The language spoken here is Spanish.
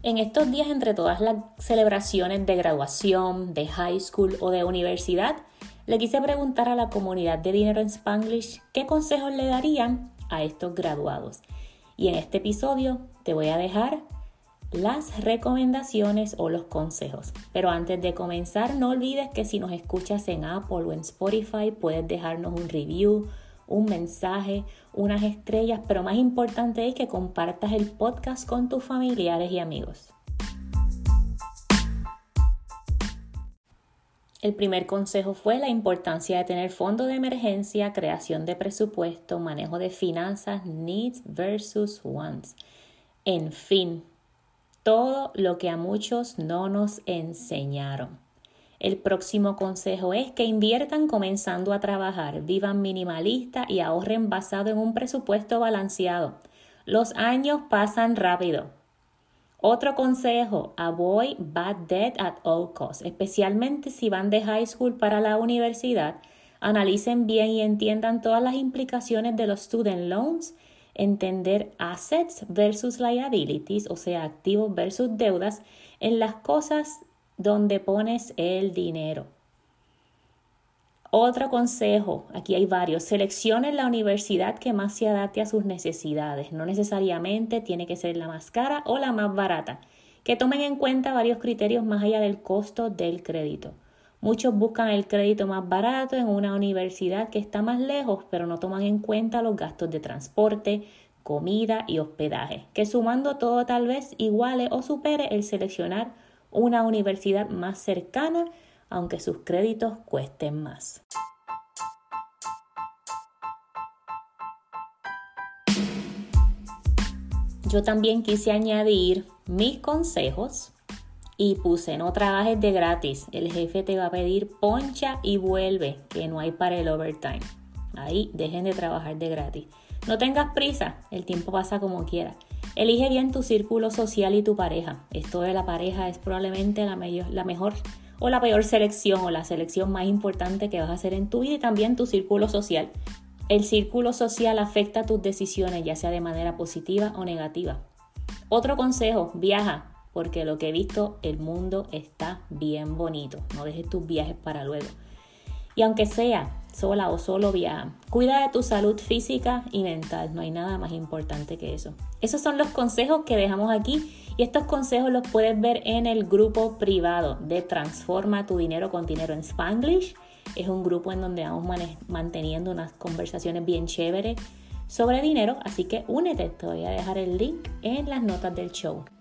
En estos días, entre todas las celebraciones de graduación, de high school o de universidad, le quise preguntar a la comunidad de Dinero en Spanglish qué consejos le darían a estos graduados. Y en este episodio te voy a dejar las recomendaciones o los consejos. Pero antes de comenzar, no olvides que si nos escuchas en Apple o en Spotify, puedes dejarnos un review, un mensaje, unas estrellas, pero más importante es que compartas el podcast con tus familiares y amigos. El primer consejo fue la importancia de tener fondo de emergencia, creación de presupuesto, manejo de finanzas, needs versus wants. En fin, todo lo que a muchos no nos enseñaron. El próximo consejo es que inviertan comenzando a trabajar, vivan minimalista y ahorren basado en un presupuesto balanceado. Los años pasan rápido. Otro consejo, avoid bad debt at all costs, especialmente si van de high school para la universidad. Analicen bien y entiendan todas las implicaciones de los student loans, entender assets versus liabilities, o sea, activos versus deudas, en las cosas donde pones el dinero. Otro consejo, aquí hay varios, seleccionen la universidad que más se adapte a sus necesidades. No necesariamente tiene que ser la más cara o la más barata. Que tomen en cuenta varios criterios más allá del costo del crédito. Muchos buscan el crédito más barato en una universidad que está más lejos, pero no toman en cuenta los gastos de transporte, comida y hospedaje, que sumando todo tal vez iguale o supere el seleccionar una universidad más cercana, aunque sus créditos cuesten más. Yo también quise añadir mis consejos y puse: no trabajes de gratis, el jefe te va a pedir poncha y vuelve, que no hay para el overtime. Ahí dejen de trabajar de gratis. No tengas prisa, el tiempo pasa como quiera. Elige bien tu círculo social y tu pareja. Esto de la pareja es probablemente la mejor o la peor selección o la selección más importante que vas a hacer en tu vida, y también tu círculo social. El círculo social afecta tus decisiones, ya sea de manera positiva o negativa. Otro consejo, viaja, porque lo que he visto, el mundo está bien bonito. No dejes tus viajes para luego. Y aunque sea sola o solo, viaja. Cuida de tu salud física y mental. No hay nada más importante que eso. Esos son los consejos que dejamos aquí. Y estos consejos los puedes ver en el grupo privado de Transforma tu Dinero con Dinero en Spanglish. Es un grupo en donde vamos manteniendo unas conversaciones bien chéveres sobre dinero. Así que únete. Te voy a dejar el link en las notas del show.